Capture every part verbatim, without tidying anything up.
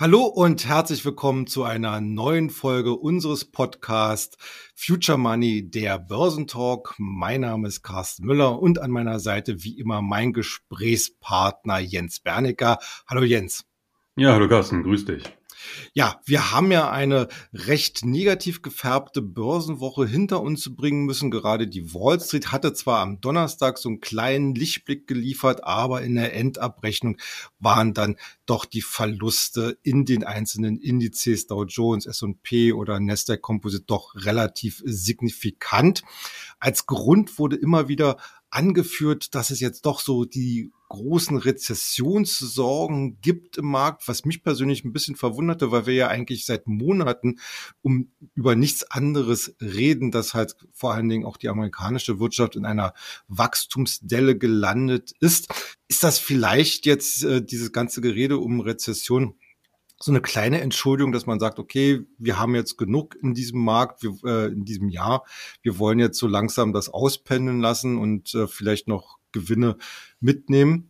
Hallo und herzlich willkommen zu einer neuen Folge unseres Podcasts Future Money, der Börsentalk. Mein Name ist Carsten Müller und an meiner Seite wie immer mein Gesprächspartner Jens Bernicker. Hallo Jens. Ja, hallo Carsten, grüß dich. Ja, wir haben ja eine recht negativ gefärbte Börsenwoche hinter uns bringen müssen. Gerade die Wall Street hatte zwar am Donnerstag so einen kleinen Lichtblick geliefert, aber in der Endabrechnung waren dann doch die Verluste in den einzelnen Indizes Dow Jones, S und P oder Nasdaq Composite doch relativ signifikant. Als Grund wurde immer wieder angeführt, dass es jetzt doch so die großen Rezessionssorgen gibt im Markt, was mich persönlich ein bisschen verwunderte, weil wir ja eigentlich seit Monaten um über nichts anderes reden, dass halt vor allen Dingen auch die amerikanische Wirtschaft in einer Wachstumsdelle gelandet ist. Ist das vielleicht jetzt äh, dieses ganze Gerede um Rezession so eine kleine Entschuldigung, dass man sagt, okay, wir haben jetzt genug in diesem Markt, wir, äh, in diesem Jahr, wir wollen jetzt so langsam das auspendeln lassen und äh, vielleicht noch Gewinne mitnehmen?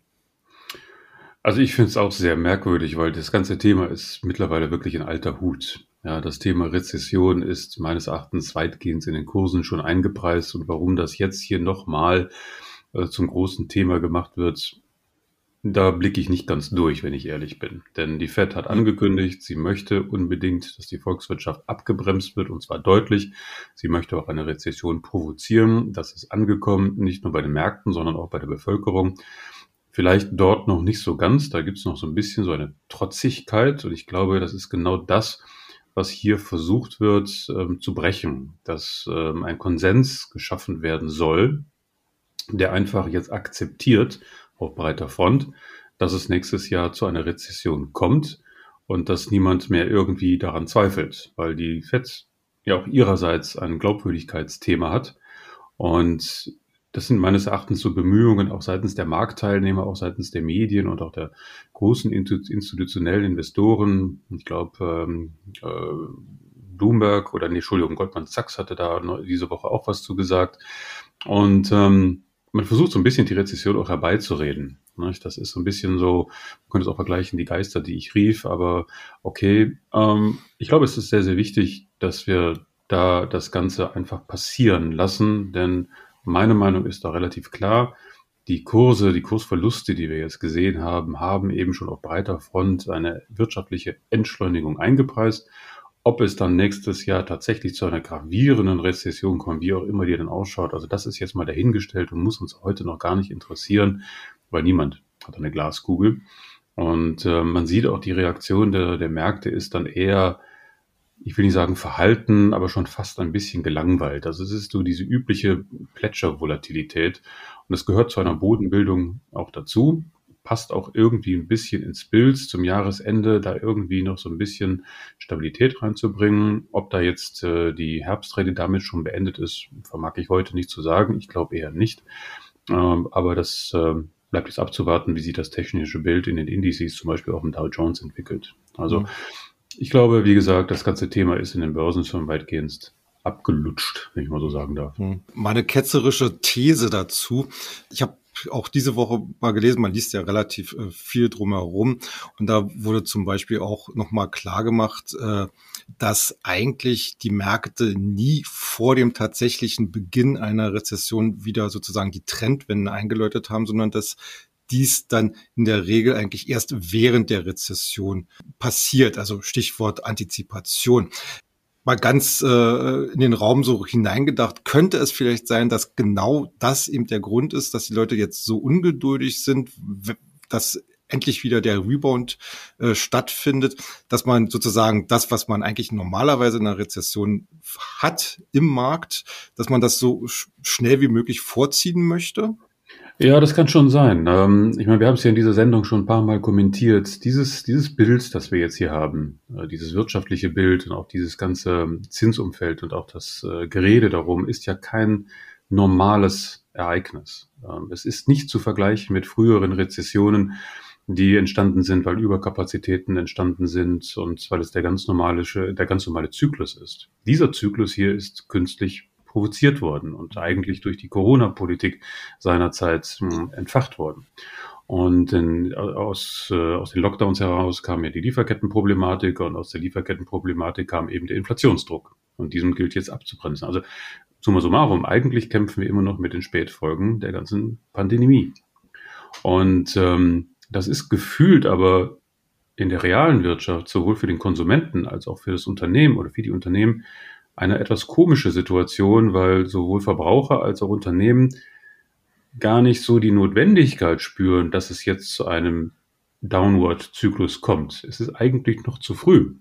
Also ich finde es auch sehr merkwürdig, weil das ganze Thema ist mittlerweile wirklich ein alter Hut. Ja, das Thema Rezession ist meines Erachtens weitgehend in den Kursen schon eingepreist, und warum das jetzt hier nochmal äh, zum großen Thema gemacht wird, da blicke ich nicht ganz durch, wenn ich ehrlich bin. Denn die Fed hat angekündigt, sie möchte unbedingt, dass die Volkswirtschaft abgebremst wird, und zwar deutlich. Sie möchte auch eine Rezession provozieren. Das ist angekommen, nicht nur bei den Märkten, sondern auch bei der Bevölkerung. Vielleicht dort noch nicht so ganz, da gibt es noch so ein bisschen so eine Trotzigkeit, und ich glaube, das ist genau das, was hier versucht wird ähm, zu brechen, dass ähm, ein Konsens geschaffen werden soll, der einfach jetzt akzeptiert auf breiter Front, dass es nächstes Jahr zu einer Rezession kommt und dass niemand mehr irgendwie daran zweifelt, weil die Fed ja auch ihrerseits ein Glaubwürdigkeitsthema hat. Und das sind meines Erachtens so Bemühungen auch seitens der Marktteilnehmer, auch seitens der Medien und auch der großen institutionellen Investoren. Ich glaube, ähm, äh, Bloomberg oder, nee, Entschuldigung, Goldman Sachs hatte da diese Woche auch was zu gesagt. Und ähm, man versucht so ein bisschen die Rezession auch herbeizureden. Nicht? Das ist so ein bisschen so, man könnte es auch vergleichen, die Geister, die ich rief, aber okay. Ähm, ich glaube, es ist sehr, sehr wichtig, dass wir da das Ganze einfach passieren lassen, denn meine Meinung ist da relativ klar. Die Kurse, die Kursverluste, die wir jetzt gesehen haben, haben eben schon auf breiter Front eine wirtschaftliche Entschleunigung eingepreist. Ob es dann nächstes Jahr tatsächlich zu einer gravierenden Rezession kommt, wie auch immer die dann ausschaut, also das ist jetzt mal dahingestellt und muss uns heute noch gar nicht interessieren, weil niemand hat eine Glaskugel. Und äh, man sieht auch, die Reaktion der, der Märkte ist dann eher, ich will nicht sagen verhalten, aber schon fast ein bisschen gelangweilt. Also es ist so diese übliche Plätschervolatilität, und es gehört zu einer Bodenbildung auch dazu. Passt auch irgendwie ein bisschen ins Bild zum Jahresende, da irgendwie noch so ein bisschen Stabilität reinzubringen. Ob da jetzt äh, die Herbstrede damit schon beendet ist, vermag ich heute nicht zu sagen. Ich glaube eher nicht. Ähm, aber das äh, bleibt jetzt abzuwarten, wie sich das technische Bild in den Indizes, zum Beispiel auch im Dow Jones, entwickelt. Also mhm. Ich glaube, wie gesagt, das ganze Thema ist in den Börsen schon weitgehend abgelutscht, wenn ich mal so sagen darf. Meine ketzerische These dazu. Ich habe auch diese Woche mal gelesen, man liest ja relativ äh, viel drumherum, und da wurde zum Beispiel auch nochmal klar gemacht, äh, dass eigentlich die Märkte nie vor dem tatsächlichen Beginn einer Rezession wieder sozusagen die Trendwende eingeläutet haben, sondern dass dies dann in der Regel eigentlich erst während der Rezession passiert, also Stichwort Antizipation. Mal ganz äh, in den Raum so hineingedacht, könnte es vielleicht sein, dass genau das eben der Grund ist, dass die Leute jetzt so ungeduldig sind, dass endlich wieder der Rebound äh, stattfindet, dass man sozusagen das, was man eigentlich normalerweise in einer Rezession hat im Markt, dass man das so sch- schnell wie möglich vorziehen möchte? Ja, das kann schon sein. Ähm, ich meine, wir haben es ja in dieser Sendung schon ein paar Mal kommentiert. Dieses, dieses Bild, das wir jetzt hier haben, äh, dieses wirtschaftliche Bild und auch dieses ganze Zinsumfeld und auch das äh, Gerede darum, ist ja kein normales Ereignis. Ähm, es ist nicht zu vergleichen mit früheren Rezessionen, die entstanden sind, weil Überkapazitäten entstanden sind und weil es der ganz normale, der ganz normale Zyklus ist. Dieser Zyklus hier ist künstlich provoziert worden und eigentlich durch die Corona-Politik seinerzeit mh, entfacht worden. Und in, aus, äh, aus den Lockdowns heraus kam ja die Lieferkettenproblematik und aus der Lieferkettenproblematik kam eben der Inflationsdruck. Und diesen gilt jetzt abzubremsen. Also summa summarum, eigentlich kämpfen wir immer noch mit den Spätfolgen der ganzen Pandemie. Und ähm, das ist gefühlt aber in der realen Wirtschaft, sowohl für den Konsumenten als auch für das Unternehmen oder für die Unternehmen, eine etwas komische Situation, weil sowohl Verbraucher als auch Unternehmen gar nicht so die Notwendigkeit spüren, dass es jetzt zu einem Downward-Zyklus kommt. Es ist eigentlich noch zu früh.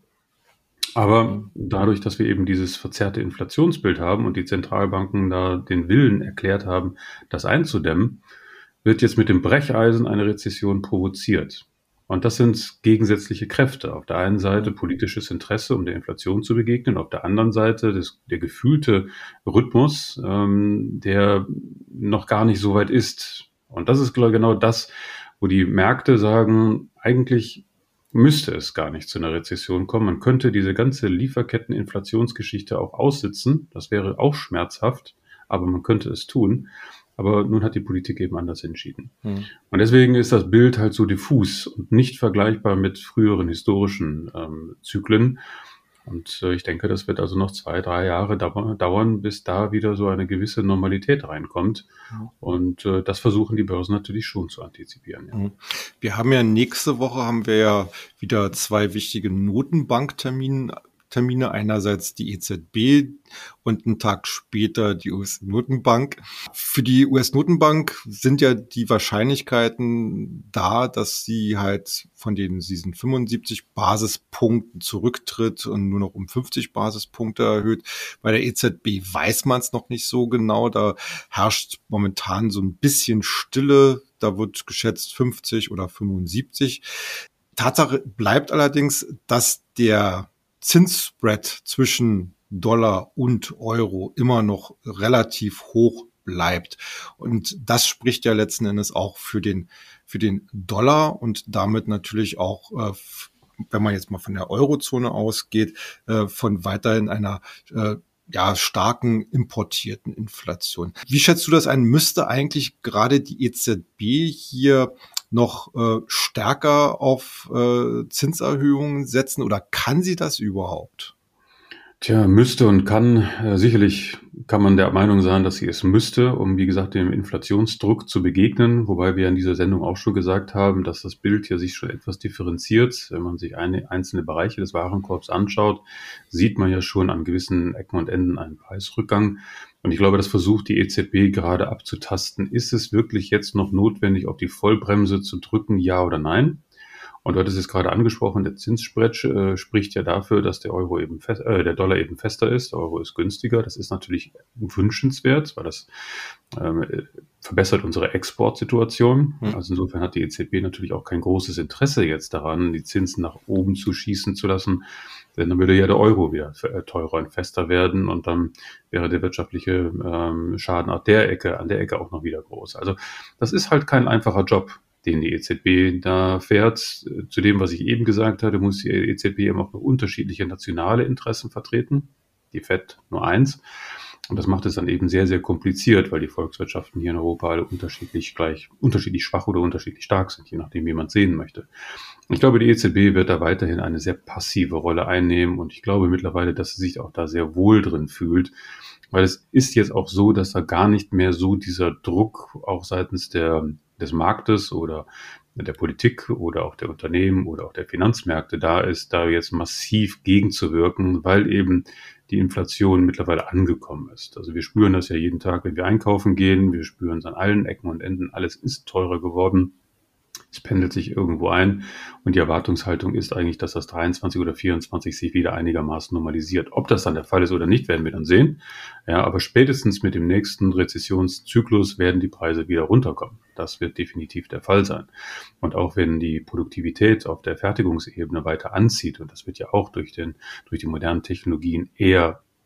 Aber dadurch, dass wir eben dieses verzerrte Inflationsbild haben und die Zentralbanken da den Willen erklärt haben, das einzudämmen, wird jetzt mit dem Brecheisen eine Rezession provoziert. Und das sind gegensätzliche Kräfte. Auf der einen Seite politisches Interesse, um der Inflation zu begegnen, auf der anderen Seite das, der gefühlte Rhythmus, ähm, der noch gar nicht so weit ist. Und das ist genau das, wo die Märkte sagen, eigentlich müsste es gar nicht zu einer Rezession kommen. Man könnte diese ganze Lieferketten-Inflationsgeschichte auch aussitzen. Das wäre auch schmerzhaft, aber man könnte es tun. Aber nun hat die Politik eben anders entschieden. Hm. Und deswegen ist das Bild halt so diffus und nicht vergleichbar mit früheren historischen ähm, Zyklen. Und äh, ich denke, das wird also noch zwei, drei Jahre dau- dauern, bis da wieder so eine gewisse Normalität reinkommt. Hm. Und äh, das versuchen die Börsen natürlich schon zu antizipieren. Ja. Hm. Wir haben ja nächste Woche haben wir ja wieder zwei wichtige Notenbanktermine. Termine, einerseits die E Z B und einen Tag später die U S-Notenbank. Für die U S-Notenbank sind ja die Wahrscheinlichkeiten da, dass sie halt von den diesen fünfundsiebzig Basispunkten zurücktritt und nur noch um fünfzig Basispunkte erhöht. Bei der E Z B weiß man es noch nicht so genau. Da herrscht momentan so ein bisschen Stille. Da wird geschätzt fünfzig oder fünfundsiebzig. Tatsache bleibt allerdings, dass der Zinsspread zwischen Dollar und Euro immer noch relativ hoch bleibt. Und das spricht ja letzten Endes auch für den, für den Dollar und damit natürlich auch, äh, wenn man jetzt mal von der Eurozone ausgeht, äh, von weiterhin einer äh, ja, starken importierten Inflation. Wie schätzt du das ein? Müsste eigentlich gerade die E Z B hier noch äh, stärker auf äh, Zinserhöhungen setzen oder kann sie das überhaupt? Tja, müsste und kann. Äh, sicherlich kann man der Meinung sein, dass sie es müsste, um, wie gesagt, dem Inflationsdruck zu begegnen. Wobei wir in dieser Sendung auch schon gesagt haben, dass das Bild ja sich schon etwas differenziert. Wenn man sich eine, einzelne Bereiche des Warenkorbs anschaut, sieht man ja schon an gewissen Ecken und Enden einen Preisrückgang. Und ich glaube, das versucht die E Z B gerade abzutasten. Ist es wirklich jetzt noch notwendig, auf die Vollbremse zu drücken, ja oder nein? Und du hattest es gerade angesprochen, der Zinsspread äh, spricht ja dafür, dass der Euro eben fest, äh, der Dollar eben fester ist, der Euro ist günstiger. Das ist natürlich wünschenswert, weil das ähm, verbessert unsere Exportsituation. Mhm. Also insofern hat die E Z B natürlich auch kein großes Interesse jetzt daran, die Zinsen nach oben zu schießen zu lassen. Denn dann würde ja der Euro wieder teurer und fester werden und dann wäre der wirtschaftliche ähm, Schaden an der Ecke, an der Ecke auch noch wieder groß. Also das ist halt kein einfacher Job, den die E Z B da fährt. Zu dem, was ich eben gesagt hatte, muss die E Z B eben auch noch unterschiedliche nationale Interessen vertreten. Die Fed nur eins. Und das macht es dann eben sehr, sehr kompliziert, weil die Volkswirtschaften hier in Europa alle unterschiedlich gleich, unterschiedlich schwach oder unterschiedlich stark sind, je nachdem, wie man es sehen möchte. Ich glaube, die E Z B wird da weiterhin eine sehr passive Rolle einnehmen und ich glaube mittlerweile, dass sie sich auch da sehr wohl drin fühlt, weil es ist jetzt auch so, dass da gar nicht mehr so dieser Druck auch seitens der des Marktes oder der Politik oder auch der Unternehmen oder auch der Finanzmärkte da ist, da jetzt massiv gegenzuwirken, weil eben die Inflation mittlerweile angekommen ist. Also wir spüren das ja jeden Tag, wenn wir einkaufen gehen, wir spüren es an allen Ecken und Enden, alles ist teurer geworden. Es pendelt sich irgendwo ein und die Erwartungshaltung ist eigentlich, dass das dreiundzwanzig oder vierundzwanzig sich wieder einigermaßen normalisiert. Ob das dann der Fall ist oder nicht, werden wir dann sehen. Ja, aber spätestens mit dem nächsten Rezessionszyklus werden die Preise wieder runterkommen. Das wird definitiv der Fall sein. Und auch wenn die Produktivität auf der Fertigungsebene weiter anzieht, und das wird ja auch durch den, durch die modernen Technologien eher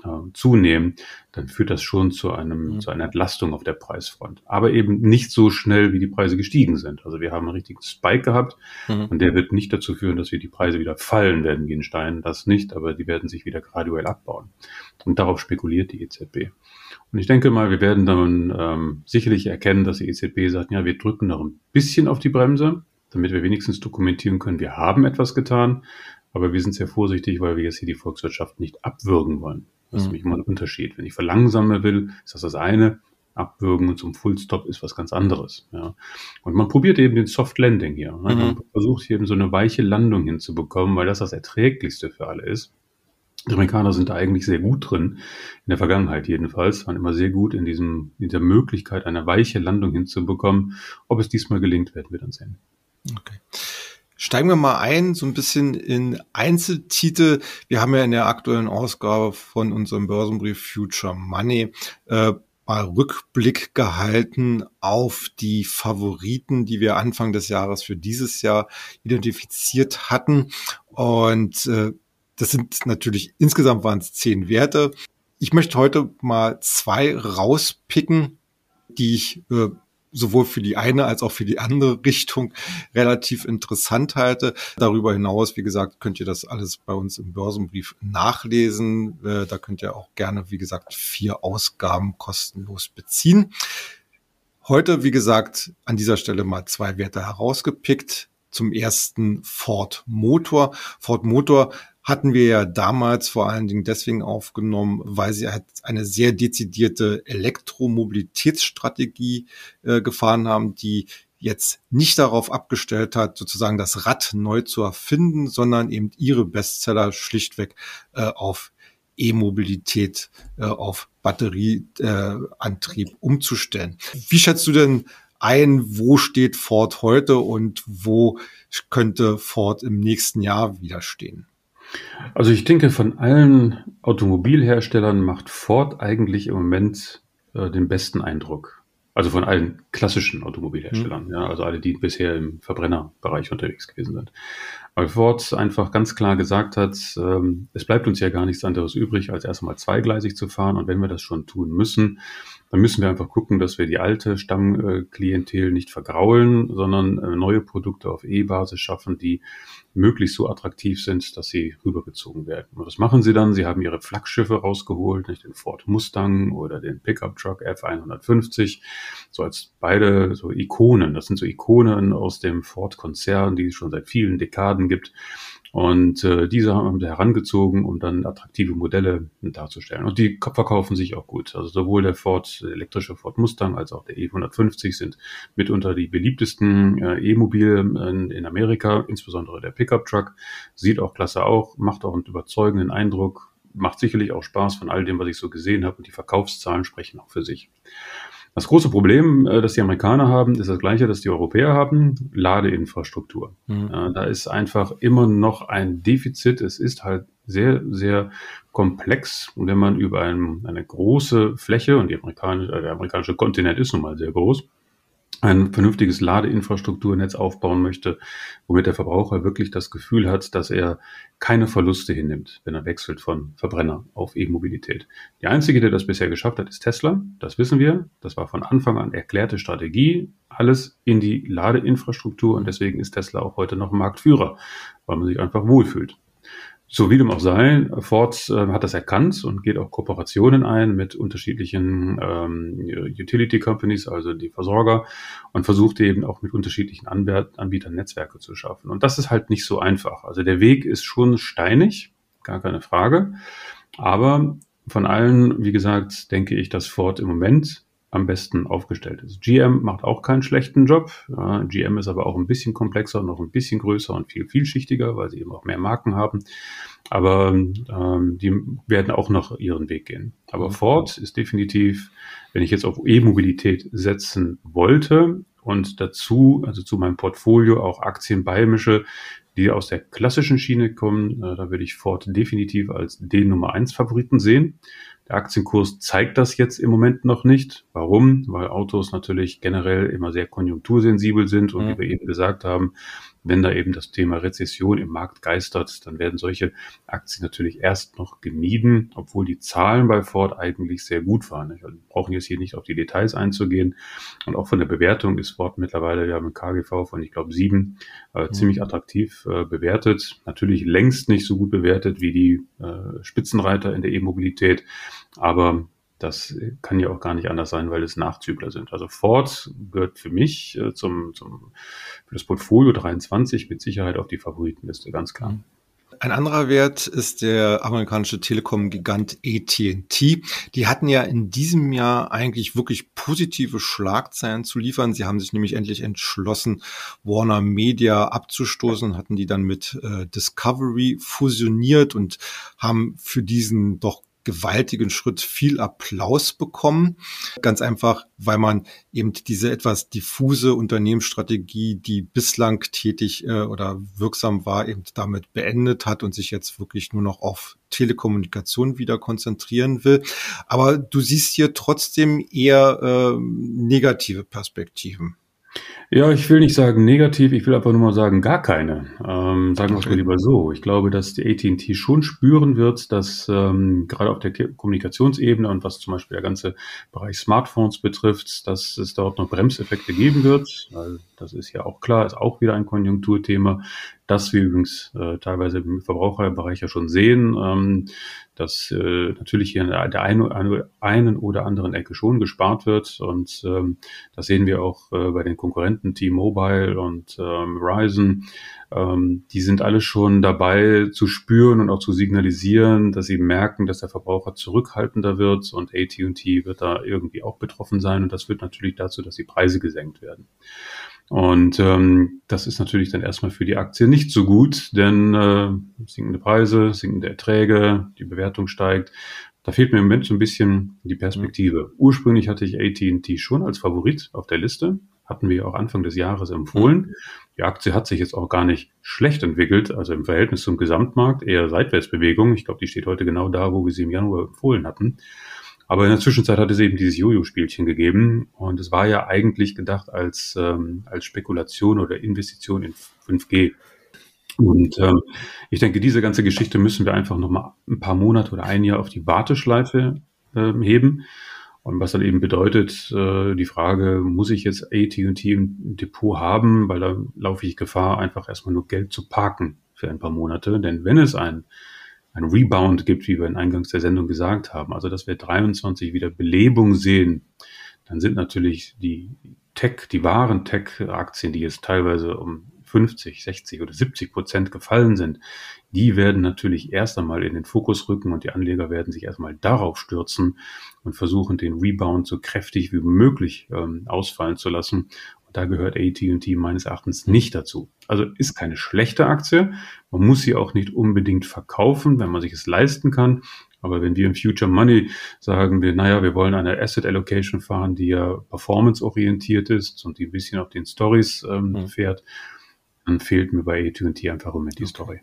äh, zunehmen, dann führt das schon zu einem, mhm. zu einer Entlastung auf der Preisfront. Aber eben nicht so schnell, wie die Preise gestiegen sind. Also wir haben einen richtigen Spike gehabt mhm. und der wird nicht dazu führen, dass wir die Preise wieder fallen werden wie ein Stein. Das nicht, aber die werden sich wieder graduell abbauen. Und darauf spekuliert die E Z B. Und ich denke mal, wir werden dann ähm, sicherlich erkennen, dass die E Z B sagt, ja, wir drücken noch ein bisschen auf die Bremse, damit wir wenigstens dokumentieren können, wir haben etwas getan, aber wir sind sehr vorsichtig, weil wir jetzt hier die Volkswirtschaft nicht abwürgen wollen. Das ist nämlich immer ein Unterschied. Wenn ich verlangsamen will, ist das das eine. Abwürgen und zum Fullstop ist was ganz anderes. Ja. Und man probiert eben den Soft Landing hier. Ne? Mhm. Man versucht eben so eine weiche Landung hinzubekommen, weil das das Erträglichste für alle ist. Die Amerikaner sind da eigentlich sehr gut drin, in der Vergangenheit jedenfalls, waren immer sehr gut in diesem, in der Möglichkeit, eine weiche Landung hinzubekommen. Ob es diesmal gelingt, werden wir dann sehen. Okay. Steigen wir mal ein, so ein bisschen in Einzeltitel. Wir haben ja in der aktuellen Ausgabe von unserem Börsenbrief Future Money äh, mal Rückblick gehalten auf die Favoriten, die wir Anfang des Jahres für dieses Jahr identifiziert hatten. Und äh, das sind natürlich, insgesamt waren es zehn Werte. Ich möchte heute mal zwei rauspicken, die ich äh, sowohl für die eine als auch für die andere Richtung relativ interessant halte. Darüber hinaus, wie gesagt, könnt ihr das alles bei uns im Börsenbrief nachlesen. Äh, da könnt ihr auch gerne, wie gesagt, vier Ausgaben kostenlos beziehen. Heute, wie gesagt, an dieser Stelle mal zwei Werte herausgepickt. Zum ersten Ford Motor. Ford Motor hatten wir ja damals vor allen Dingen deswegen aufgenommen, weil sie halt eine sehr dezidierte Elektromobilitätsstrategie äh, gefahren haben, die jetzt nicht darauf abgestellt hat, sozusagen das Rad neu zu erfinden, sondern eben ihre Bestseller schlichtweg äh, auf E-Mobilität, äh, auf Batterieantrieb äh, umzustellen. Wie schätzt du denn ein, wo steht Ford heute und wo könnte Ford im nächsten Jahr wieder stehen? Also ich denke, von allen Automobilherstellern macht Ford eigentlich im Moment äh, den besten Eindruck. Also von allen klassischen Automobilherstellern, mhm. ja, also alle, die bisher im Verbrennerbereich unterwegs gewesen sind. Weil Ford einfach ganz klar gesagt hat, ähm, es bleibt uns ja gar nichts anderes übrig, als erst einmal zweigleisig zu fahren. Und wenn wir das schon tun müssen, dann müssen wir einfach gucken, dass wir die alte Stammklientel nicht vergraulen, sondern äh, neue Produkte auf E-Basis schaffen, die möglichst so attraktiv sind, dass sie rübergezogen werden. Und das machen sie dann. Sie haben ihre Flaggschiffe rausgeholt, nicht den Ford Mustang oder den Pickup Truck F hundertfünfzig, so als beide so Ikonen. Das sind so Ikonen aus dem Ford-Konzern, die es schon seit vielen Dekaden gibt. Und äh, diese haben sie herangezogen, um dann attraktive Modelle darzustellen. Und die verkaufen sich auch gut. Also sowohl der Ford, der elektrische Ford Mustang als auch der E hundertfünfzig sind mitunter die beliebtesten äh, E-Mobile in, in Amerika, insbesondere der Pickup Truck. Sieht auch klasse auch, macht auch einen überzeugenden Eindruck, macht sicherlich auch Spaß von all dem, was ich so gesehen habe. Und die Verkaufszahlen sprechen auch für sich. Das große Problem, das die Amerikaner haben, ist das gleiche, das die Europäer haben, Ladeinfrastruktur. Mhm. Da ist einfach immer noch ein Defizit. Es ist halt sehr, sehr komplex. Und wenn man über ein, eine große Fläche, und die amerikanische, der amerikanische Kontinent ist nun mal sehr groß, ein vernünftiges Ladeinfrastrukturnetz aufbauen möchte, womit der Verbraucher wirklich das Gefühl hat, dass er keine Verluste hinnimmt, wenn er wechselt von Verbrenner auf E-Mobilität. Die einzige, der das bisher geschafft hat, ist Tesla. Das wissen wir. Das war von Anfang an erklärte Strategie. Alles in die Ladeinfrastruktur. Und deswegen ist Tesla auch heute noch Marktführer, weil man sich einfach wohlfühlt. So wie dem auch sei, Ford äh, hat das erkannt und geht auch Kooperationen ein mit unterschiedlichen ähm, Utility Companies, also die Versorger, und versucht eben auch mit unterschiedlichen Anbietern Netzwerke zu schaffen. Und das ist halt nicht so einfach. Also der Weg ist schon steinig, gar keine Frage. Aber von allen, wie gesagt, denke ich, dass Ford im Moment am besten aufgestellt ist. G M macht auch keinen schlechten Job. Ja, G M ist aber auch ein bisschen komplexer, noch ein bisschen größer und viel vielschichtiger, weil sie eben auch mehr Marken haben. Aber ähm, die werden auch noch ihren Weg gehen. Aber Ford ist definitiv, wenn ich jetzt auf E-Mobilität setzen wollte und dazu, also zu meinem Portfolio auch Aktien beimische, die aus der klassischen Schiene kommen, äh, da würde ich Ford definitiv als den Nummer eins Favoriten sehen. Der Aktienkurs zeigt das jetzt im Moment noch nicht. Warum? Weil Autos natürlich generell immer sehr konjunktursensibel sind und, mhm. wie wir eben gesagt haben, wenn da eben das Thema Rezession im Markt geistert, dann werden solche Aktien natürlich erst noch gemieden, obwohl die Zahlen bei Ford eigentlich sehr gut waren. Also wir brauchen jetzt hier nicht auf die Details einzugehen. Und auch von der Bewertung ist Ford mittlerweile ja mit K G V von, ich glaube, sieben äh, mhm. ziemlich attraktiv äh, bewertet. Natürlich längst nicht so gut bewertet wie die äh, Spitzenreiter in der E-Mobilität, aber das kann ja auch gar nicht anders sein, weil es Nachzügler sind. Also Ford gehört für mich äh, zum, zum für das Portfolio dreiundzwanzig mit Sicherheit auf die Favoritenliste, ganz klar. Ein anderer Wert ist der amerikanische Telekom-Gigant A T and T. Die hatten ja in diesem Jahr eigentlich wirklich positive Schlagzeilen zu liefern. Sie haben sich nämlich endlich entschlossen, Warner Media abzustoßen, hatten die dann mit äh, Discovery fusioniert und haben für diesen doch gewaltigen Schritt viel Applaus bekommen. Ganz einfach, weil man eben diese etwas diffuse Unternehmensstrategie, die bislang tätig äh, oder wirksam war, eben damit beendet hat und sich jetzt wirklich nur noch auf Telekommunikation wieder konzentrieren will. Aber du siehst hier trotzdem eher äh, negative Perspektiven. Ja, ich will nicht sagen negativ, ich will einfach nur mal sagen, gar keine. Ähm, sagen wir es mal lieber so. Ich glaube, dass die A T and T schon spüren wird, dass ähm, gerade auf der Kommunikationsebene und was zum Beispiel der ganze Bereich Smartphones betrifft, dass es dort noch Bremseffekte geben wird. Weil das ist ja auch klar, ist auch wieder ein Konjunkturthema, das wir übrigens äh, teilweise im Verbraucherbereich ja schon sehen, ähm, dass äh, natürlich hier an der einen, eine, einen oder anderen Ecke schon gespart wird. Und ähm, das sehen wir auch äh, bei den Konkurrenten T-Mobile und ähm, Verizon. Ähm, die sind alle schon dabei zu spüren und auch zu signalisieren, dass sie merken, dass der Verbraucher zurückhaltender wird. Und A T and T wird da irgendwie auch betroffen sein. Und das führt natürlich dazu, dass die Preise gesenkt werden. Und ähm, das ist natürlich dann erstmal für die Aktie nicht so gut, denn äh, sinkende Preise, sinkende Erträge, die Bewertung steigt. Da fehlt mir im Moment so ein bisschen die Perspektive. Ursprünglich hatte ich A T and T schon als Favorit auf der Liste, hatten wir auch Anfang des Jahres empfohlen. Die Aktie hat sich jetzt auch gar nicht schlecht entwickelt, also im Verhältnis zum Gesamtmarkt eher Seitwärtsbewegung. Ich glaube, die steht heute genau da, wo wir sie im Januar empfohlen hatten. Aber in der Zwischenzeit hat es eben dieses Jojo-Spielchen gegeben und es war ja eigentlich gedacht als ähm, als Spekulation oder Investition in fünf G. Und ähm, ich denke, diese ganze Geschichte müssen wir einfach noch mal ein paar Monate oder ein Jahr auf die Warteschleife äh, heben. Und was dann eben bedeutet, äh, die Frage, muss ich jetzt A T and T im Depot haben, weil da laufe ich Gefahr, einfach erstmal nur Geld zu parken für ein paar Monate. Denn wenn es ein ein Rebound gibt, wie wir in Eingangs der Sendung gesagt haben, also dass wir dreiundzwanzig wieder Belebung sehen, dann sind natürlich die Tech, die wahren Tech-Aktien, die jetzt teilweise um fünfzig, sechzig oder siebzig Prozent gefallen sind, die werden natürlich erst einmal in den Fokus rücken und die Anleger werden sich erstmal darauf stürzen und versuchen, den Rebound so kräftig wie möglich ähm, ausfallen zu lassen. Da gehört A T and T meines Erachtens nicht dazu. Also ist keine schlechte Aktie. Man muss sie auch nicht unbedingt verkaufen, wenn man sich es leisten kann. Aber wenn wir im Future Money sagen wir, naja, wir wollen eine Asset Allocation fahren, die ja performanceorientiert ist und die ein bisschen auf den Stories ähm, mhm. fährt, dann fehlt mir bei A T and T einfach im Moment die Story.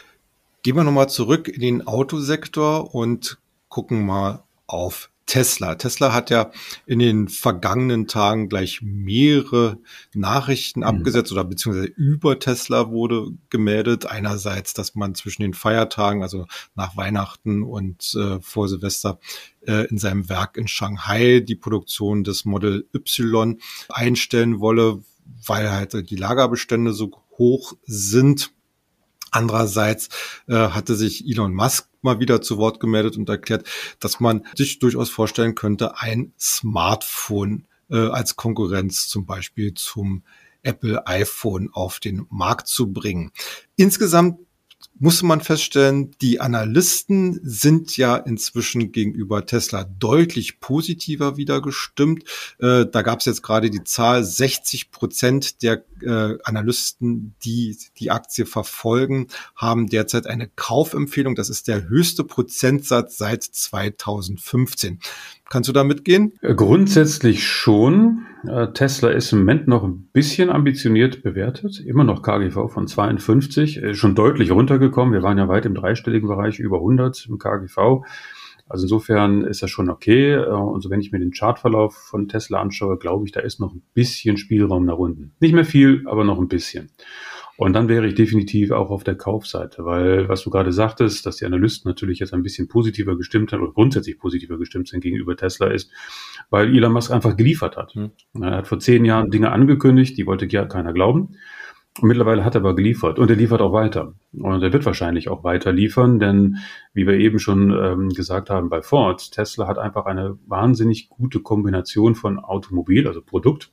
Gehen wir nochmal zurück in den Autosektor und gucken mal auf Tesla. Tesla hat ja in den vergangenen Tagen gleich mehrere Nachrichten mhm. abgesetzt oder beziehungsweise über Tesla wurde gemeldet. Einerseits, dass man zwischen den Feiertagen, also nach Weihnachten und äh, vor Silvester, äh, in seinem Werk in Shanghai die Produktion des Model Y einstellen wolle, weil halt die Lagerbestände so hoch sind. Andererseits äh, hatte sich Elon Musk mal wieder zu Wort gemeldet und erklärt, dass man sich durchaus vorstellen könnte, ein Smartphone äh, als Konkurrenz zum Beispiel zum Apple iPhone auf den Markt zu bringen. Insgesamt musste man feststellen, die Analysten sind ja inzwischen gegenüber Tesla deutlich positiver wieder gestimmt. Äh, da gab es jetzt gerade die Zahl, sechzig Prozent der äh, Analysten, die die Aktie verfolgen, haben derzeit eine Kaufempfehlung. Das ist der höchste Prozentsatz seit zweitausendfünfzehn. Kannst du da mitgehen? Grundsätzlich schon. Tesla ist im Moment noch ein bisschen ambitioniert bewertet. Immer noch K G V von zweiundfünfzig. Schon deutlich runtergekommen. Wir waren ja weit im dreistelligen Bereich, über hundert im K G V. Also insofern ist das schon okay. Und so wenn ich mir den Chartverlauf von Tesla anschaue, glaube ich, da ist noch ein bisschen Spielraum nach unten. Nicht mehr viel, aber noch ein bisschen. Und dann wäre ich definitiv auch auf der Kaufseite, weil was du gerade sagtest, dass die Analysten natürlich jetzt ein bisschen positiver gestimmt sind oder grundsätzlich positiver gestimmt sind gegenüber Tesla ist, weil Elon Musk einfach geliefert hat. Hm. Er hat vor zehn Jahren Dinge angekündigt, die wollte ja keiner glauben. Und mittlerweile hat er aber geliefert und er liefert auch weiter. Und er wird wahrscheinlich auch weiter liefern, denn wie wir eben schon ähm, gesagt haben bei Ford, Tesla hat einfach eine wahnsinnig gute Kombination von Automobil, also Produkt,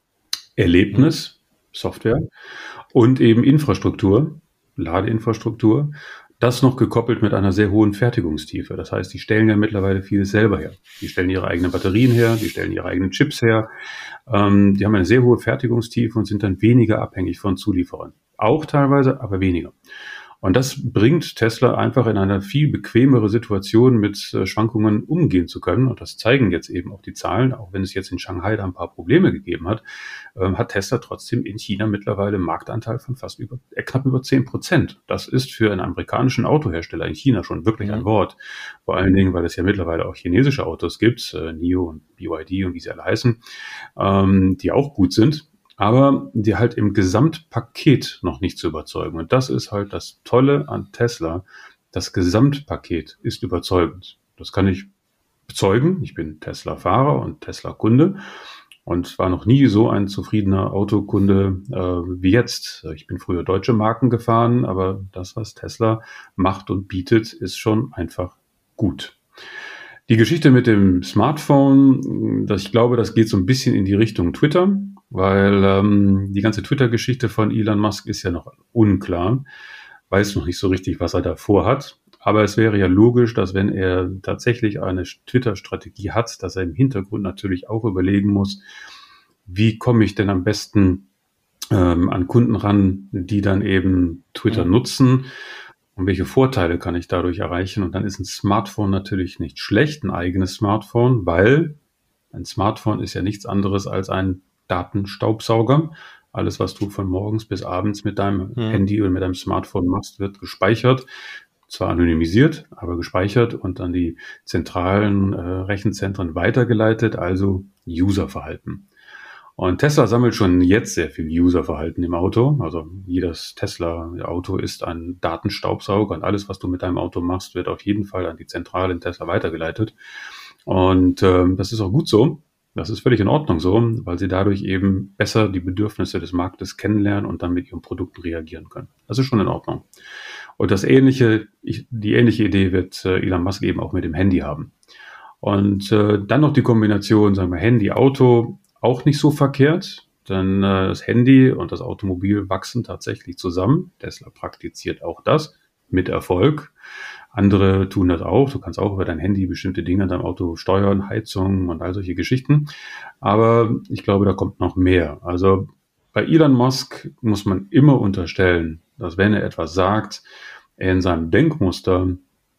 Erlebnis, Software und eben Infrastruktur, Ladeinfrastruktur, das noch gekoppelt mit einer sehr hohen Fertigungstiefe. Das heißt, die stellen ja mittlerweile vieles selber her. Die stellen ihre eigenen Batterien her, die stellen ihre eigenen Chips her. Ähm, die haben eine sehr hohe Fertigungstiefe und sind dann weniger abhängig von Zulieferern. Auch teilweise, aber weniger. Und das bringt Tesla einfach in eine viel bequemere Situation, mit äh, Schwankungen umgehen zu können. Und das zeigen jetzt eben auch die Zahlen. Auch wenn es jetzt in Shanghai da ein paar Probleme gegeben hat, äh, hat Tesla trotzdem in China mittlerweile einen Marktanteil von fast über, äh, knapp über zehn Prozent. Das ist für einen amerikanischen Autohersteller in China schon wirklich mhm. ein Wort. Vor allen Dingen, weil es ja mittlerweile auch chinesische Autos gibt, äh, N I O und B Y D und wie sie alle heißen, ähm, die auch gut sind, aber die halt im Gesamtpaket noch nicht zu überzeugen. Und das ist halt das Tolle an Tesla. Das Gesamtpaket ist überzeugend. Das kann ich bezeugen. Ich bin Tesla-Fahrer und Tesla-Kunde und war noch nie so ein zufriedener Autokunde äh, wie jetzt. Ich bin früher deutsche Marken gefahren, aber das, was Tesla macht und bietet, ist schon einfach gut. Die Geschichte mit dem Smartphone, das, ich glaube, das geht so ein bisschen in die Richtung Twitter. Weil ähm, die ganze Twitter-Geschichte von Elon Musk ist ja noch unklar, weiß noch nicht so richtig, was er da vorhat. Aber es wäre ja logisch, dass wenn er tatsächlich eine Twitter-Strategie hat, dass er im Hintergrund natürlich auch überlegen muss, wie komme ich denn am besten ähm, an Kunden ran, die dann eben Twitter mhm. nutzen und welche Vorteile kann ich dadurch erreichen. Und dann ist ein Smartphone natürlich nicht schlecht, ein eigenes Smartphone, weil ein Smartphone ist ja nichts anderes als ein Datenstaubsauger. Alles, was du von morgens bis abends mit deinem mhm. Handy oder mit deinem Smartphone machst, wird gespeichert. Zwar anonymisiert, aber gespeichert und an die zentralen äh, Rechenzentren weitergeleitet, also Userverhalten. Und Tesla sammelt schon jetzt sehr viel Userverhalten im Auto. Also jedes Tesla-Auto ist ein Datenstaubsauger und alles, was du mit deinem Auto machst, wird auf jeden Fall an die Zentrale in Tesla weitergeleitet. Und ähm, das ist auch gut so. Das ist völlig in Ordnung so, weil sie dadurch eben besser die Bedürfnisse des Marktes kennenlernen und dann mit ihren Produkten reagieren können. Das ist schon in Ordnung. Und das ähnliche, die ähnliche Idee wird Elon Musk eben auch mit dem Handy haben. Und äh, dann noch die Kombination, sagen wir, Handy, Auto, auch nicht so verkehrt, denn äh, das Handy und das Automobil wachsen tatsächlich zusammen. Tesla praktiziert auch das mit Erfolg. Andere tun das auch. Du kannst auch über dein Handy bestimmte Dinge in deinem Auto steuern, Heizung und all solche Geschichten. Aber ich glaube, da kommt noch mehr. Also bei Elon Musk muss man immer unterstellen, dass wenn er etwas sagt, er in seinem Denkmuster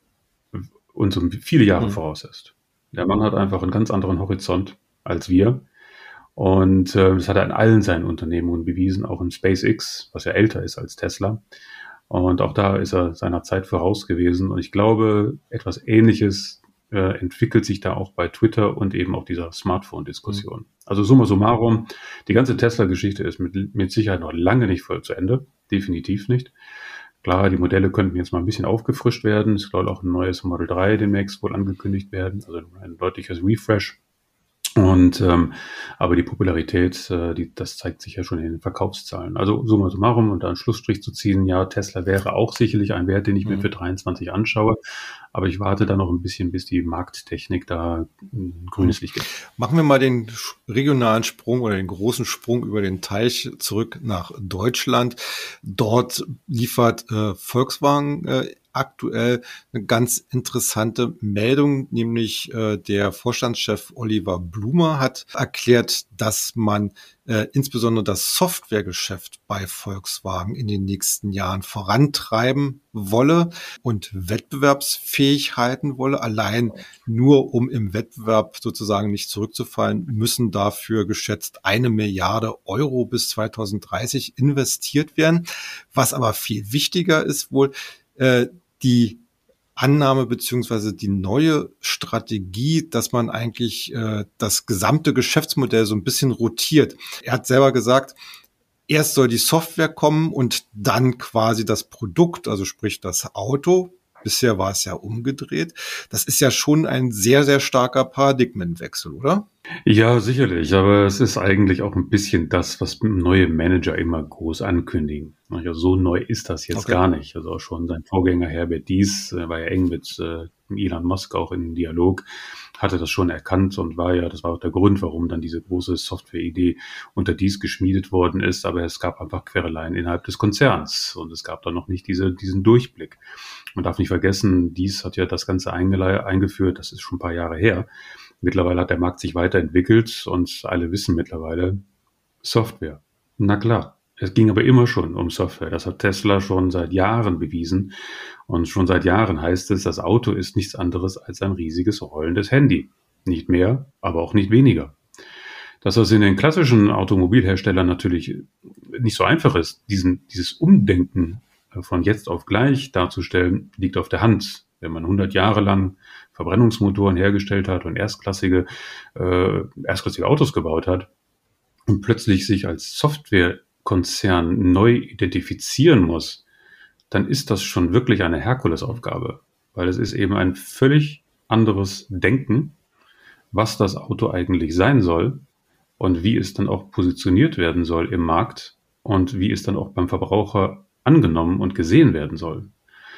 uns um viele Jahre mhm. voraus ist. Der Mann hat einfach einen ganz anderen Horizont als wir. Und äh, das hat er in allen seinen Unternehmungen bewiesen, auch in SpaceX, was ja älter ist als Tesla. Und auch da ist er seiner Zeit voraus gewesen. Und ich glaube, etwas Ähnliches äh, entwickelt sich da auch bei Twitter und eben auch dieser Smartphone-Diskussion. Mhm. Also summa summarum, die ganze Tesla-Geschichte ist mit, mit Sicherheit noch lange nicht voll zu Ende. Definitiv nicht. Klar, die Modelle könnten jetzt mal ein bisschen aufgefrischt werden. Es soll auch ein neues Model drei demnächst wohl angekündigt werden. Also ein deutliches Refresh. Und ähm, aber die Popularität, äh, die, das zeigt sich ja schon in den Verkaufszahlen. Also summa summarum, und da einen Schlussstrich zu ziehen, ja, Tesla wäre auch sicherlich ein Wert, den ich mir mhm. für dreiundzwanzig anschaue. Aber ich warte da noch ein bisschen, bis die Markttechnik da ein grünes Licht gibt. Machen wir mal den regionalen Sprung oder den großen Sprung über den Teich zurück nach Deutschland. Dort liefert äh, Volkswagen äh, aktuell eine ganz interessante Meldung, nämlich äh, der Vorstandschef Oliver Blume hat erklärt, dass man äh, insbesondere das Softwaregeschäft bei Volkswagen in den nächsten Jahren vorantreiben wolle und wettbewerbsfähig halten wolle. Allein nur um im Wettbewerb sozusagen nicht zurückzufallen, müssen dafür geschätzt eine Milliarde Euro bis zweitausenddreißig investiert werden. Was aber viel wichtiger ist wohl, äh, die Annahme beziehungsweise die neue Strategie, dass man eigentlich äh, das gesamte Geschäftsmodell so ein bisschen rotiert. Er hat selber gesagt, erst soll die Software kommen und dann quasi das Produkt, also sprich das Auto. Bisher war es ja umgedreht. Das ist ja schon ein sehr, sehr starker Paradigmenwechsel, oder? Ja, sicherlich, aber es ist eigentlich auch ein bisschen das, was neue Manager immer groß ankündigen. Also so neu ist das jetzt Okay. gar nicht. Also auch schon sein Vorgänger Herbert Diess äh, war ja eng mit äh, Elon Musk auch in Dialog, hatte das schon erkannt und war ja, das war auch der Grund, warum dann diese große Software-Idee unter Diess geschmiedet worden ist. Aber es gab einfach Quereleien innerhalb des Konzerns und es gab dann noch nicht diese, diesen Durchblick. Man darf nicht vergessen, Diess hat ja das Ganze eingele- eingeführt, das ist schon ein paar Jahre her. Mittlerweile hat der Markt sich weiterentwickelt und alle wissen mittlerweile Software. Na klar, es ging aber immer schon um Software. Das hat Tesla schon seit Jahren bewiesen. Und schon seit Jahren heißt es, das Auto ist nichts anderes als ein riesiges rollendes Handy. Nicht mehr, aber auch nicht weniger. Dass das in den klassischen Automobilherstellern natürlich nicht so einfach ist, diesen, dieses Umdenken von jetzt auf gleich darzustellen, liegt auf der Hand. Wenn man hundert Jahre lang Verbrennungsmotoren hergestellt hat und erstklassige, äh, erstklassige Autos gebaut hat und plötzlich sich als Softwarekonzern neu identifizieren muss, dann ist das schon wirklich eine Herkulesaufgabe, weil es ist eben ein völlig anderes Denken, was das Auto eigentlich sein soll und wie es dann auch positioniert werden soll im Markt und wie es dann auch beim Verbraucher angenommen und gesehen werden soll.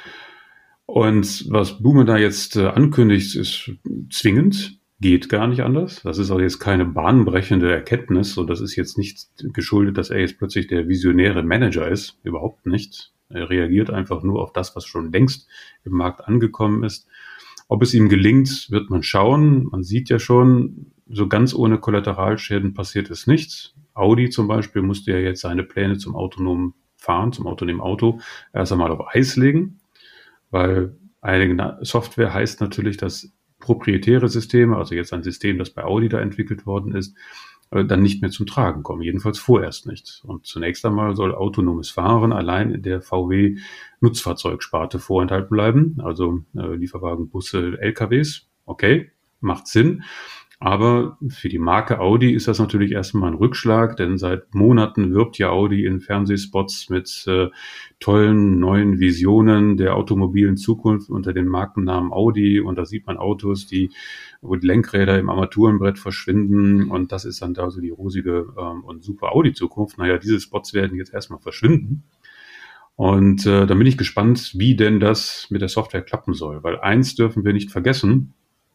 Und was Blume da jetzt äh, ankündigt, ist zwingend, geht gar nicht anders. Das ist auch jetzt keine bahnbrechende Erkenntnis und das ist jetzt nicht geschuldet, dass er jetzt plötzlich der visionäre Manager ist. Überhaupt nicht. Er reagiert einfach nur auf das, was schon längst im Markt angekommen ist. Ob es ihm gelingt, wird man schauen. Man sieht ja schon, so ganz ohne Kollateralschäden passiert es nichts. Audi zum Beispiel musste ja jetzt seine Pläne zum autonomen Fahren, zum autonomen Auto erst einmal auf Eis legen. Weil eigene Software heißt natürlich, dass proprietäre Systeme, also jetzt ein System, das bei Audi da entwickelt worden ist, dann nicht mehr zum Tragen kommen. Jedenfalls vorerst nicht. Und zunächst einmal soll autonomes Fahren allein in der V W-Nutzfahrzeugsparte vorenthalten bleiben. Also äh, Lieferwagen, Busse, L K Ws. Okay, macht Sinn. Aber für die Marke Audi ist das natürlich erstmal ein Rückschlag, denn seit Monaten wirbt ja Audi in Fernsehspots mit äh, tollen neuen Visionen der automobilen Zukunft unter dem Markennamen Audi. Und da sieht man Autos, die, wo die Lenkräder im Armaturenbrett verschwinden. Und das ist dann da so die rosige ähm, und super Audi-Zukunft. Naja, diese Spots werden jetzt erstmal verschwinden. Und äh, da bin ich gespannt, wie denn das mit der Software klappen soll. Weil eins dürfen wir nicht vergessen: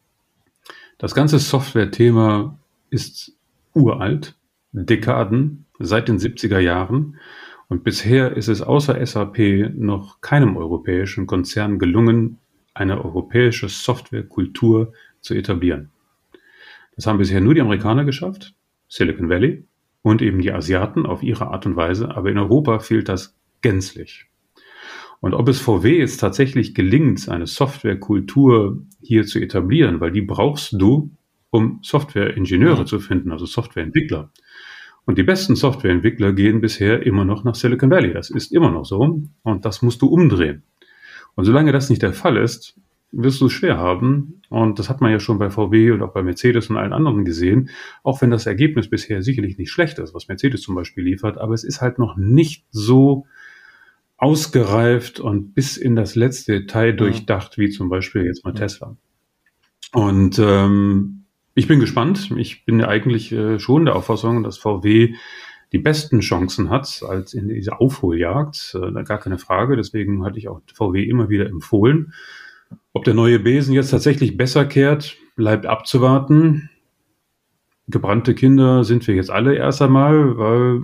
Das ganze Software-Thema ist uralt, Dekaden, seit den siebziger Jahren. Und bisher ist es außer S A P noch keinem europäischen Konzern gelungen, eine europäische Softwarekultur zu etablieren. Das haben bisher nur die Amerikaner geschafft, Silicon Valley, und eben die Asiaten auf ihre Art und Weise. Aber in Europa fehlt das gänzlich. Und ob es V W jetzt tatsächlich gelingt, eine Softwarekultur hier zu etablieren, weil die brauchst du, um Softwareingenieure ja. zu finden, also Softwareentwickler. Und die besten Softwareentwickler gehen bisher immer noch nach Silicon Valley. Das ist immer noch so. Und das musst du umdrehen. Und solange das nicht der Fall ist, wirst du es schwer haben. Und das hat man ja schon bei V W und auch bei Mercedes und allen anderen gesehen. Auch wenn das Ergebnis bisher sicherlich nicht schlecht ist, was Mercedes zum Beispiel liefert. Aber es ist halt noch nicht so ausgereift und bis in das letzte Detail durchdacht, wie zum Beispiel jetzt mal Tesla. Und ähm, ich bin gespannt. Ich bin ja eigentlich äh, schon der Auffassung, dass V W die besten Chancen hat als in dieser Aufholjagd. Äh, gar keine Frage. Deswegen hatte ich auch V W immer wieder empfohlen. Ob der neue Besen jetzt tatsächlich besser kehrt, bleibt abzuwarten. Gebrannte Kinder sind wir jetzt alle erst einmal, weil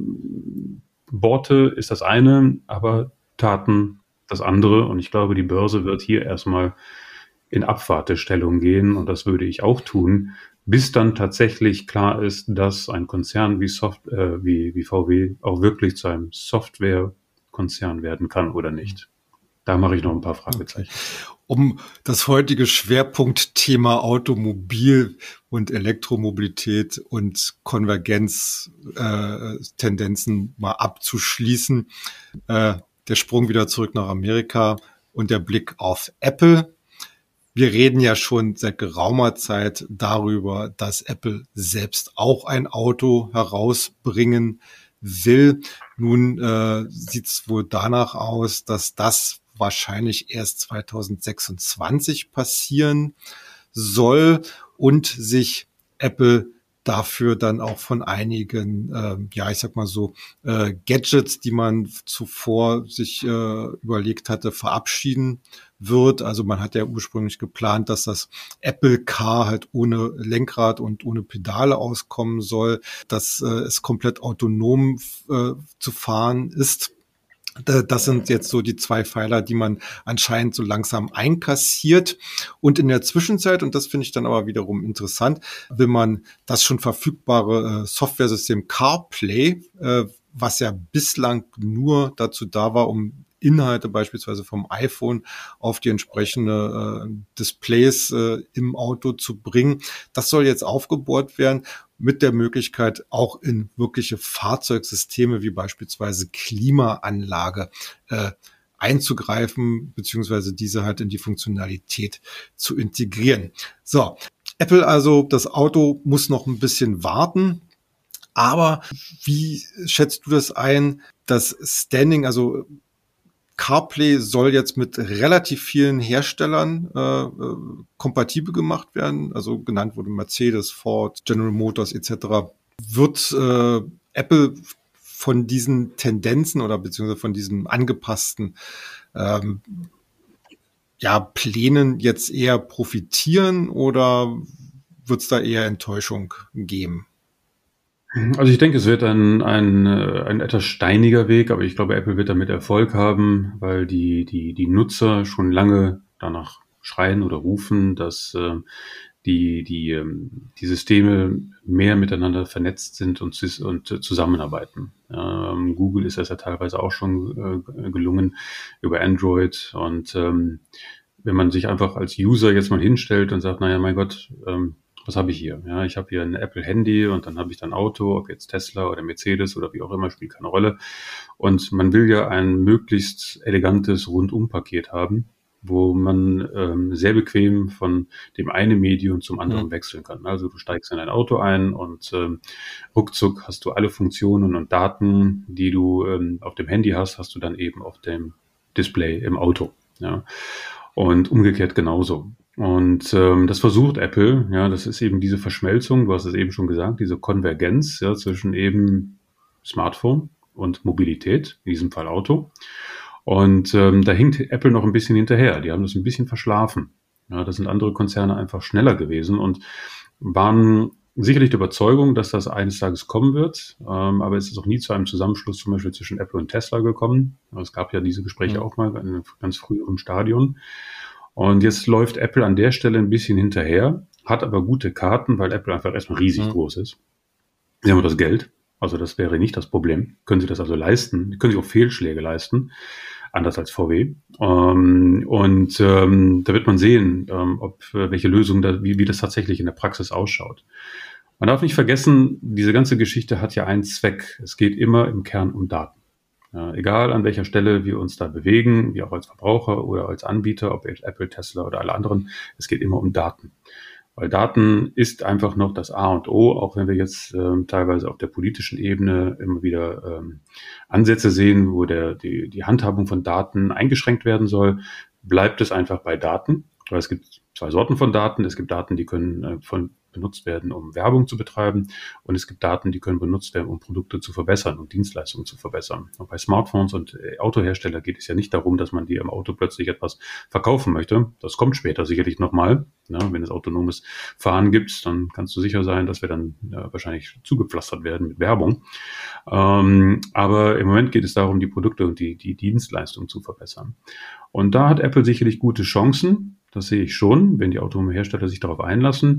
Worte ist das eine, aber Taten das andere. Und ich glaube, die Börse wird hier erstmal in Abwartestellung gehen. Und das würde ich auch tun, bis dann tatsächlich klar ist, dass ein Konzern wie, Soft, äh, wie, wie V W auch wirklich zu einem Softwarekonzern werden kann oder nicht. Da mache ich noch ein paar Fragezeichen. Um das heutige Schwerpunktthema Automobil und Elektromobilität und Konvergenztendenzen äh, mal abzuschließen. Äh, der Sprung wieder zurück nach Amerika und der Blick auf Apple. Wir reden ja schon seit geraumer Zeit darüber, dass Apple selbst auch ein Auto herausbringen will. Nun äh, sieht es wohl danach aus, dass das wahrscheinlich erst zwanzig sechsundzwanzig passieren soll und sich Apple dafür dann auch von einigen, äh, ja, ich sag mal so, äh, Gadgets, die man zuvor sich äh, überlegt hatte, verabschieden wird. Also man hat ja ursprünglich geplant, dass das Apple Car halt ohne Lenkrad und ohne Pedale auskommen soll, dass äh, es komplett autonom äh, zu fahren ist. Das sind jetzt so die zwei Pfeiler, die man anscheinend so langsam einkassiert. Und in der Zwischenzeit, und das finde ich dann aber wiederum interessant, will man das schon verfügbare äh, Softwaresystem CarPlay, äh, was ja bislang nur dazu da war, um Inhalte beispielsweise vom iPhone auf die entsprechende äh, Displays äh, im Auto zu bringen. Das soll jetzt aufgebohrt werden mit der Möglichkeit, auch in wirkliche Fahrzeugsysteme wie beispielsweise Klimaanlage äh, einzugreifen, beziehungsweise diese halt in die Funktionalität zu integrieren. So, Apple also, das Auto muss noch ein bisschen warten. Aber wie schätzt du das ein, das Standing, also CarPlay soll jetzt mit relativ vielen Herstellern äh, kompatibel gemacht werden, also genannt wurde Mercedes, Ford, General Motors et cetera. Wird äh, Apple von diesen Tendenzen oder beziehungsweise von diesen angepassten ähm, ja, Plänen jetzt eher profitieren oder wird es da eher Enttäuschung geben? Also ich denke, es wird ein, ein, ein etwas steiniger Weg, aber ich glaube, Apple wird damit Erfolg haben, weil die, die, die Nutzer schon lange danach schreien oder rufen, dass äh, die, die, die Systeme mehr miteinander vernetzt sind und, und zusammenarbeiten. Ähm, Google ist das ja teilweise auch schon äh, gelungen über Android und ähm, wenn man sich einfach als User jetzt mal hinstellt und sagt, naja, mein Gott, ähm, was habe ich hier? Ja, ich habe hier ein Apple-Handy und dann habe ich dann Auto, ob jetzt Tesla oder Mercedes oder wie auch immer, spielt keine Rolle. Und man will ja ein möglichst elegantes Rundum-Paket haben, wo man ähm, sehr bequem von dem einen Medium zum anderen mhm. wechseln kann. Also du steigst in ein Auto ein und ähm, ruckzuck hast du alle Funktionen und Daten, die du ähm, auf dem Handy hast, hast du dann eben auf dem Display im Auto. Ja. Und umgekehrt genauso. Und ähm, das versucht Apple, ja, das ist eben diese Verschmelzung, du hast es eben schon gesagt, diese Konvergenz ja, zwischen eben Smartphone und Mobilität, in diesem Fall Auto. Und ähm, da hinkt Apple noch ein bisschen hinterher, die haben das ein bisschen verschlafen. Ja, da sind andere Konzerne einfach schneller gewesen und waren sicherlich der Überzeugung, dass das eines Tages kommen wird, ähm, aber es ist auch nie zu einem Zusammenschluss zum Beispiel zwischen Apple und Tesla gekommen. Es gab ja diese Gespräche mhm. auch mal in einem ganz früheren Stadion. Und jetzt läuft Apple an der Stelle ein bisschen hinterher, hat aber gute Karten, weil Apple einfach erstmal riesig mhm. groß ist. Sie haben das Geld, also das wäre nicht das Problem. Können Sie das also leisten? Die können sich auch Fehlschläge leisten, anders als V W. Ähm, und ähm, da wird man sehen, ähm, ob welche Lösung da, wie, wie das tatsächlich in der Praxis ausschaut. Man darf nicht vergessen, diese ganze Geschichte hat ja einen Zweck. Es geht immer im Kern um Daten. Ja, egal an welcher Stelle wir uns da bewegen, wie auch als Verbraucher oder als Anbieter, ob Apple, Tesla oder alle anderen, es geht immer um Daten. Weil Daten ist einfach noch das A und O, auch wenn wir jetzt ähm, teilweise auf der politischen Ebene immer wieder ähm, Ansätze sehen, wo der, die, die Handhabung von Daten eingeschränkt werden soll, bleibt es einfach bei Daten. Weil es gibt zwei Sorten von Daten. Es gibt Daten, die können äh, von benutzt werden, um Werbung zu betreiben. Und es gibt Daten, die können benutzt werden, um Produkte zu verbessern und Dienstleistungen zu verbessern. Und bei Smartphones und Autohersteller geht es ja nicht darum, dass man dir im Auto plötzlich etwas verkaufen möchte. Das kommt später sicherlich nochmal. Ja, wenn es autonomes Fahren gibt, dann kannst du sicher sein, dass wir dann ja, wahrscheinlich zugepflastert werden mit Werbung. Ähm, aber im Moment geht es darum, die Produkte und die, die Dienstleistungen zu verbessern. Und da hat Apple sicherlich gute Chancen. Das sehe ich schon, wenn die Automobilhersteller sich darauf einlassen.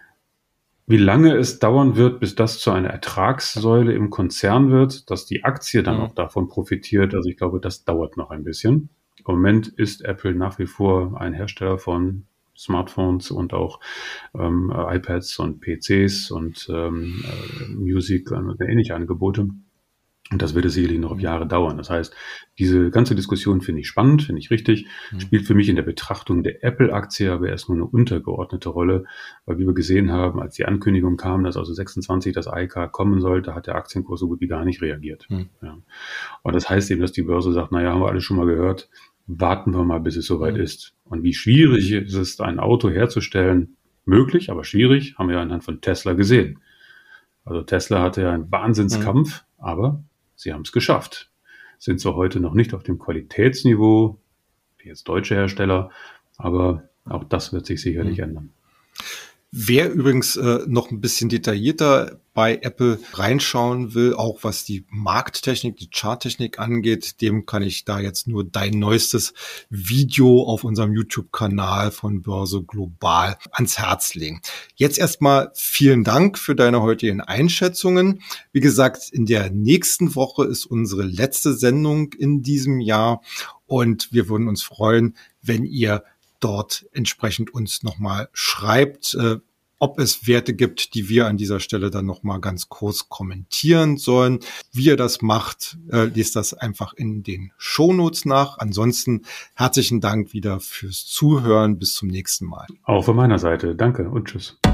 Wie lange es dauern wird, bis das zu einer Ertragssäule im Konzern wird, dass die Aktie dann mhm. auch davon profitiert, also ich glaube, das dauert noch ein bisschen. Im Moment ist Apple nach wie vor ein Hersteller von Smartphones und auch ähm, iPads und P Cs und ähm, äh, Musik und ähnliche Angebote. Und das wird es sicherlich noch auf Jahre dauern. Das heißt, diese ganze Diskussion finde ich spannend, finde ich richtig, Mhm. spielt für mich in der Betrachtung der Apple-Aktie aber erstmal eine untergeordnete Rolle, weil wie wir gesehen haben, als die Ankündigung kam, dass also sechsundzwanzig das iCar kommen sollte, hat der Aktienkurs so gut wie gar nicht reagiert. Mhm. Ja. Und das heißt eben, dass die Börse sagt, naja, haben wir alles schon mal gehört, warten wir mal, bis es soweit Mhm. ist. Und wie schwierig ist es, ein Auto herzustellen, möglich, aber schwierig, haben wir ja anhand von Tesla gesehen. Also Tesla hatte ja einen Wahnsinnskampf, mhm. aber sie haben es geschafft. Sind zwar heute noch nicht auf dem Qualitätsniveau, wie jetzt deutsche Hersteller, aber auch das wird sich sicherlich mhm. ändern. Wer übrigens äh, noch ein bisschen detaillierter bei Apple reinschauen will, auch was die Markttechnik, die Charttechnik angeht, dem kann ich da jetzt nur dein neuestes Video auf unserem YouTube-Kanal von Börse Global ans Herz legen. Jetzt erstmal vielen Dank für deine heutigen Einschätzungen. Wie gesagt, in der nächsten Woche ist unsere letzte Sendung in diesem Jahr und wir würden uns freuen, wenn ihr dort entsprechend uns nochmal schreibt, äh, ob es Werte gibt, die wir an dieser Stelle dann nochmal ganz kurz kommentieren sollen. Wie ihr das macht, äh, lest das einfach in den Shownotes nach. Ansonsten herzlichen Dank wieder fürs Zuhören. Bis zum nächsten Mal. Auch von meiner Seite. Danke und tschüss.